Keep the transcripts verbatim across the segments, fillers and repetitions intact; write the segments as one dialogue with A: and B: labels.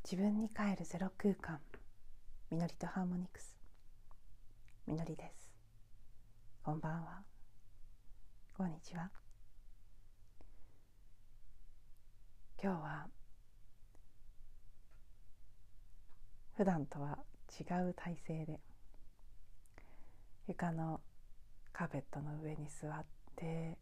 A: 自分に帰るゼロ空間、みのりとハーモニクス、みのりです。こんばんは、こんにちは。今日は普段とは違う体勢で床のカーペットの上に座って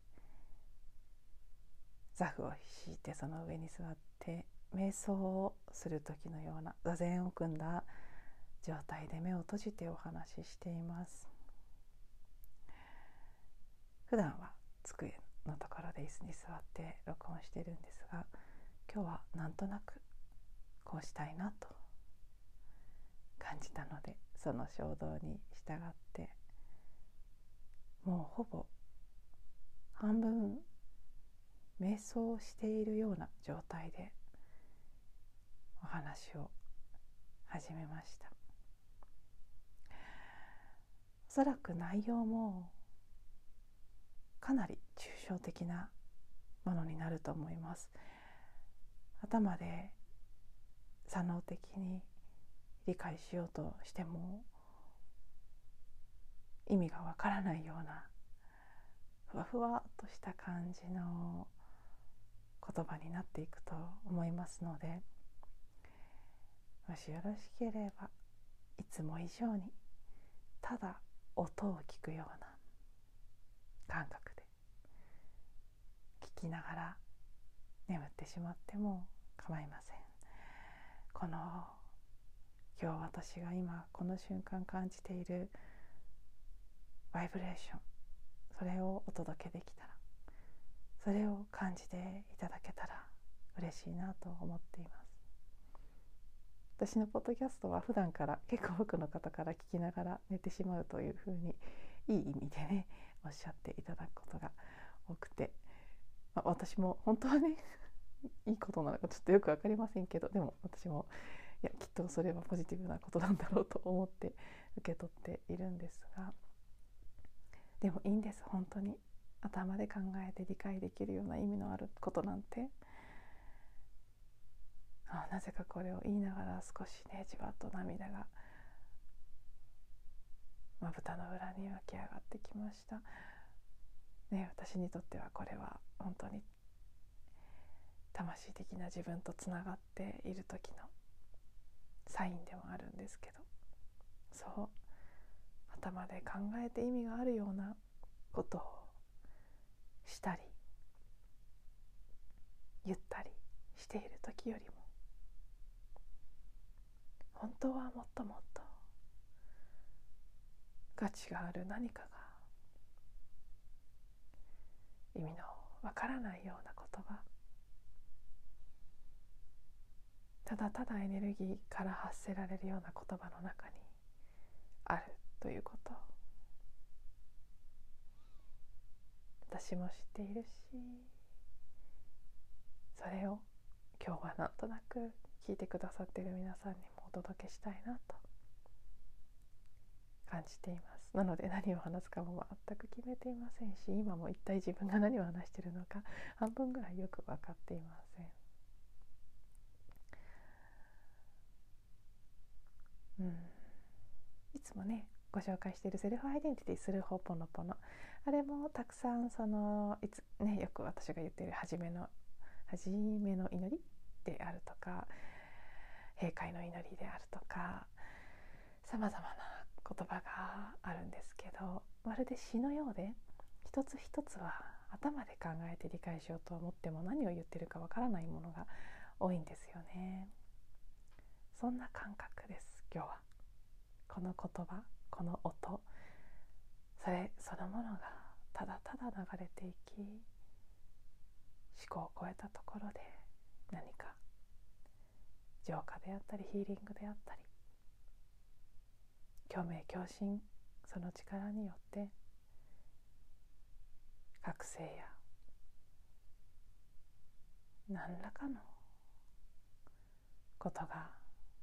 A: 座布を敷いて、その上に座って瞑想をする時のような座禅を組んだ状態で目を閉じてお話ししています。普段は机のところで椅子に座って録音しているんですが、今日はなんとなくこうしたいなと感じたので、その衝動に従ってもうほぼ半分瞑想しているような状態でお話を始めました。おそらく内容もかなり抽象的なものになると思います。頭で左脳的に理解しようとしても意味がわからないようなふわふわっとした感じの言葉になっていくと思いますので、もしよろしければいつも以上にただ音を聞くような感覚で聞きながら眠ってしまっても構いません。この今日私が今この瞬間感じているバイブレーション、それをお届けできたら、それを感じていただけたら嬉しいなと思っています。私のポッドキャストは普段から結構多くの方から聞きながら寝てしまうというふうにいい意味でねおっしゃっていただくことが多くて、まあ、私も本当はねいいことなのかちょっとよく分かりませんけど、でも私もいやきっとそれはポジティブなことなんだろうと思って受け取っているんですが、でもいいんです。本当に頭で考えて理解できるような意味のあることなんて、あなぜかこれを言いながら少しねじわっと涙がまぶたの裏に湧き上がってきました、ね、私にとってはこれは本当に魂的な自分とつながっている時のサインでもあるんですけど、そう頭で考えて意味があるようなことをしたり言ったりしている時よりも、本当はもっともっと価値がある何かが、意味のわからないような言葉、ただただエネルギーから発せられるような言葉の中にあるということ、私も知っているし、それを今日はなんとなく聞いてくださっている皆さんにもお届けしたいなと感じています。なので何を話すかも全く決めていませんし、今も一体自分が何を話しているのか半分ぐらいよく分かっていません。うん、いつもねご紹介しているセルフアイデンティティするほぽのぽの、あれもたくさんそのいつ、ね、よく私が言っている初めの初めの祈りであるとか、閉会の祈りであるとか、さまざまな言葉があるんですけど、まるで詩のようで一つ一つは頭で考えて理解しようと思っても何を言ってるかわからないものが多いんですよね。そんな感覚です。今日はこの言葉、この音、それそのものがただただ流れていき、思考を超えたところで何か浄化であったりヒーリングであったり、共鳴共振、その力によって覚醒や何らかのことが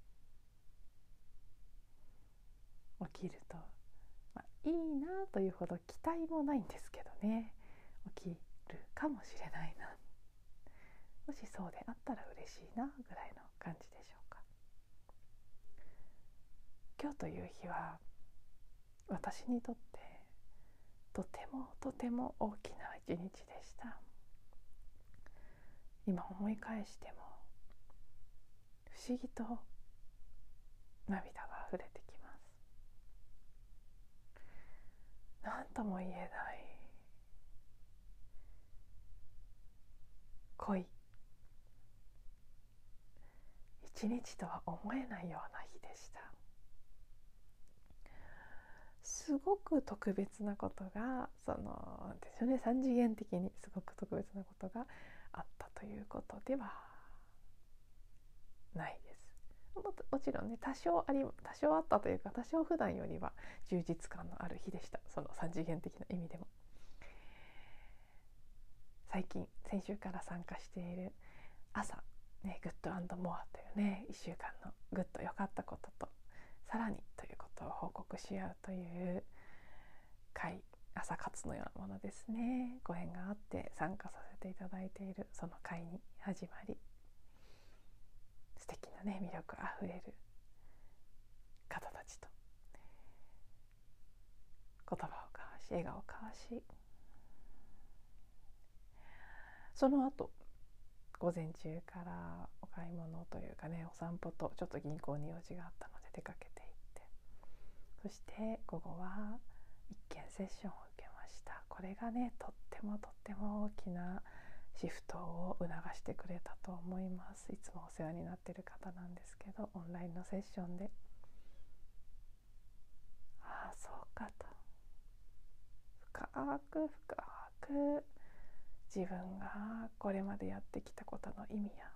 A: 起きると、まあ、いいなというほど期待もないんですけどね、起きるかもしれないな、もしそうであったら嬉しいなぐらいの感じでしょうか。 今日という日は私にとってとてもとても大きな一日でした。今思い返しても不思議と涙が溢れてきます。何とも言えない濃い一日とは思えないような日でした。すごく特別なことがそのですよね、三次元的にすごく特別なことがあったということではないです。も, もちろんね多少あり多少あったというか、多少普段よりは充実感のある日でした。その三次元的な意味でも。最近先週から参加している朝ね、グッド&モアというね、いっしゅうかんのグッド良かったこととさらにということを報告し合うという会、朝活のようなものですね。ご縁があって参加させていただいているその会に始まり、素敵なね魅力あふれる方たちと言葉を交わし、笑顔を交わし、その後午前中からお買い物というかね、お散歩とちょっと銀行に用事があったので出かけていって、そして午後は一見セッションを受けました。これがねとってもとっても大きなシフトを促してくれたと思います。いつもお世話になっている方なんですけど、オンラインのセッションで、ああそうかと、深く深く自分がこれまでやってきたことの意味や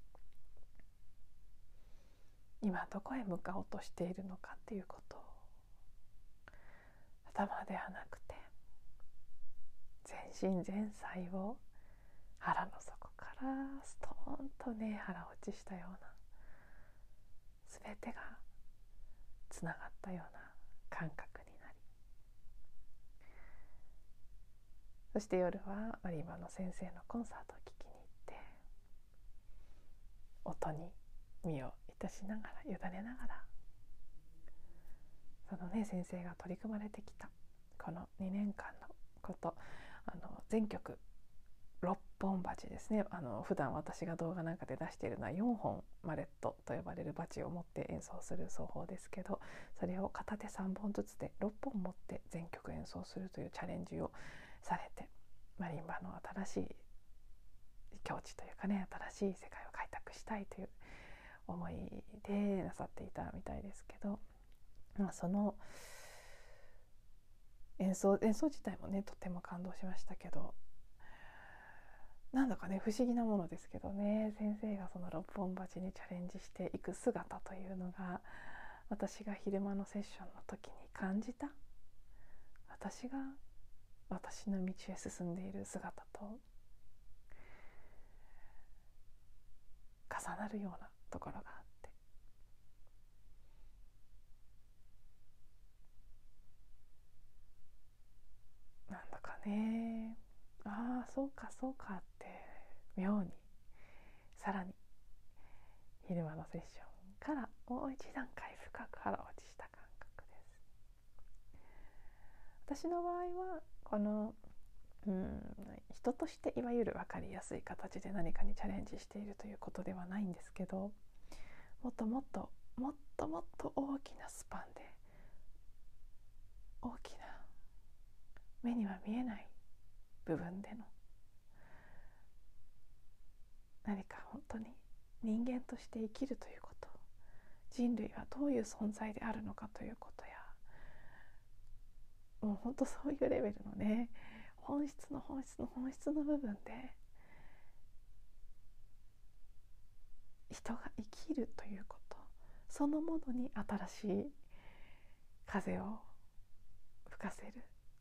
A: 今どこへ向かおうとしているのかっていうことを頭ではなくて全身全細を腹の底からストーンとね腹落ちしたような、全てがつながったような感覚になり、そして夜はマリンバの先生のコンサートを聴きに行って、音に身をいたしながら委ねながら、そのね先生が取り組まれてきたこのにねんかんのこと、あの全曲ろっぽん鉢ですね。あの普段私が動画なんかで出しているのはよんほんマレットと呼ばれるバチを持って演奏する奏法ですけど、それを片手さんぼんずつでろっぽん持って全曲演奏するというチャレンジをされて、マリンバの新しい境地というかね、新しい世界を開拓したいという思いでなさっていたみたいですけど、まあ、その演奏演奏自体もねとても感動しましたけど、なんだかね不思議なものですけどね、先生がその六本鉢にチャレンジしていく姿というのが、私が昼間のセッションの時に感じた、私が私の道へ進んでいる姿と重なるようなところがあって、なんだかね、ああそうかそうかって妙にさらに昼間のセッションからもう一段階深く腹落ちした感覚です。私の場合はこのうん人としていわゆる分かりやすい形で何かにチャレンジしているということではないんですけど、もっともっともっともっと大きなスパンで、大きな目には見えない部分での何か本当に人間として生きるということ、人類はどういう存在であるのかということや、もう本当そういうレベルのね本質の本質の本質の部分で人が生きるということそのものに新しい風を吹かせる。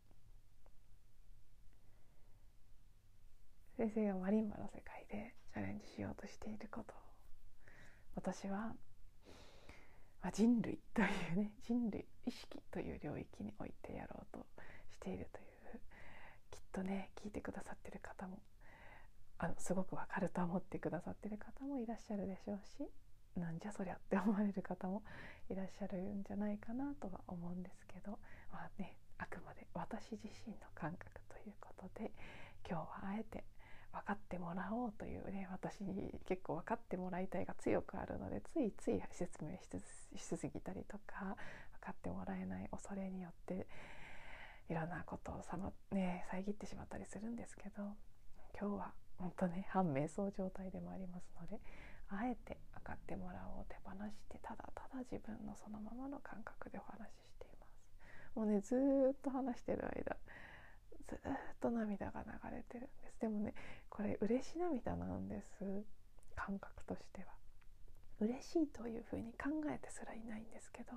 A: 先生がマリンバの世界でチャレンジしようとしていることを、私は、まあ、人類というね人類意識という領域においてやろうとしているという、きっとね聞いてくださっている方もあのすごくわかると思ってくださっている方もいらっしゃるでしょうし、 なんじゃそりゃって思われる方もいらっしゃるんじゃないかなとは思うんですけど、まあね、あくまで私自身の感覚ということで、今日はあえて分かってもらおうというね、私に結構分かってもらいたいが強くあるので、ついつい説明ししすぎたりとか、分かってもらえない恐れによっていろんなことをさま、ね、遮ってしまったりするんですけど、今日は本当ね半瞑想状態でもありますので、あえて分かってもらおう、手放して、ただただ自分のそのままの感覚でお話ししています。もうね、ずーっと話してる間ずーっと涙が流れてるんです。でもね、これ嬉し涙なんです。感覚としては嬉しいというふうに考えてすらいないんですけど、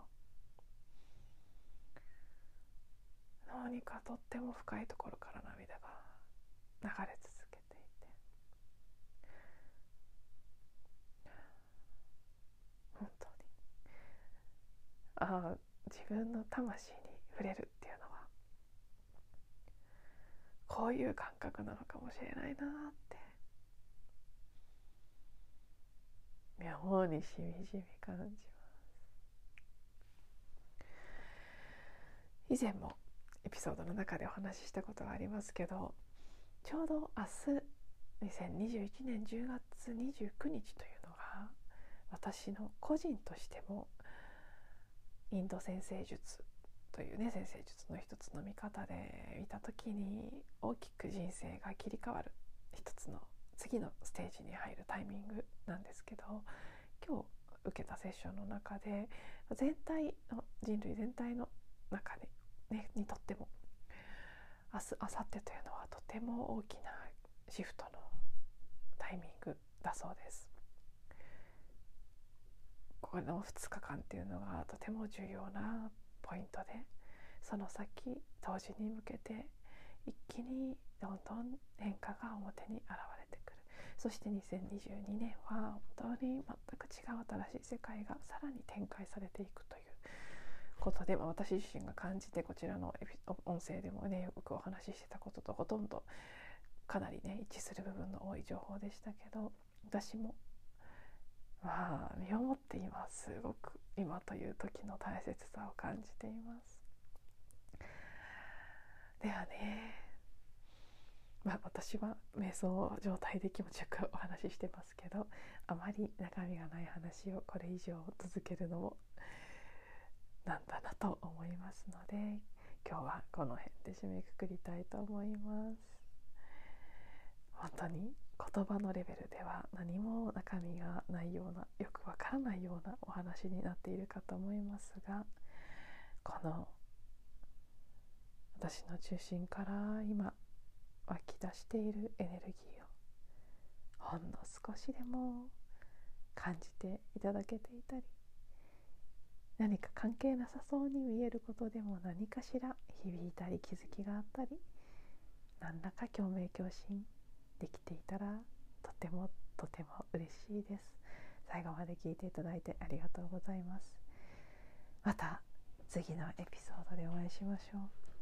A: 何かとっても深いところから涙が流れ続けていて、本当にああ、自分の魂に触れるっていうのはこういう感覚なのかもしれないなって妙にしみじみ感じます。以前もエピソードの中でお話ししたことがありますけど、ちょうど明日にせんにじゅういちねんじゅうがつにじゅうくにちというのが、私の個人としてもインド占星術というね、占星術の一つの見方で見た時に大きく人生が切り替わる一つの次のステージに入るタイミングなんですけど、今日受けたセッションの中で全体の人類全体の中で、ね、にとっても明日明後日というのはとても大きなシフトのタイミングだそうです。このふつかかんっていうのがとても重要なポイントで、その先当時に向けて一気にどんどん変化が表に現れてくる。そしてにせんにじゅうにねんは本当に全く違う新しい世界がさらに展開されていくということで、私自身が感じて、こちらの音声でもねよくお話ししてたこととほとんどかなりね一致する部分の多い情報でしたけど、私もまあ身をもって今すごく今という時の大切さを感じています。ではね、まあ、私は瞑想状態で気持ちよくお話ししてますけど、あまり中身がない話をこれ以上続けるのもなんだなと思いますので、今日はこの辺で締めくくりたいと思います。本当に言葉のレベルでは何も中身がないような、よくわからないようなお話になっているかと思いますが、この私の中心から今湧き出しているエネルギーをほんの少しでも感じていただけていたり、何か関係なさそうに見えることでも何かしら響いたり気づきがあったり、何らか共鳴共振できていたらとてもとても嬉しいです。最後まで聞いていただいてありがとうございます。また次のエピソードでお会いしましょう。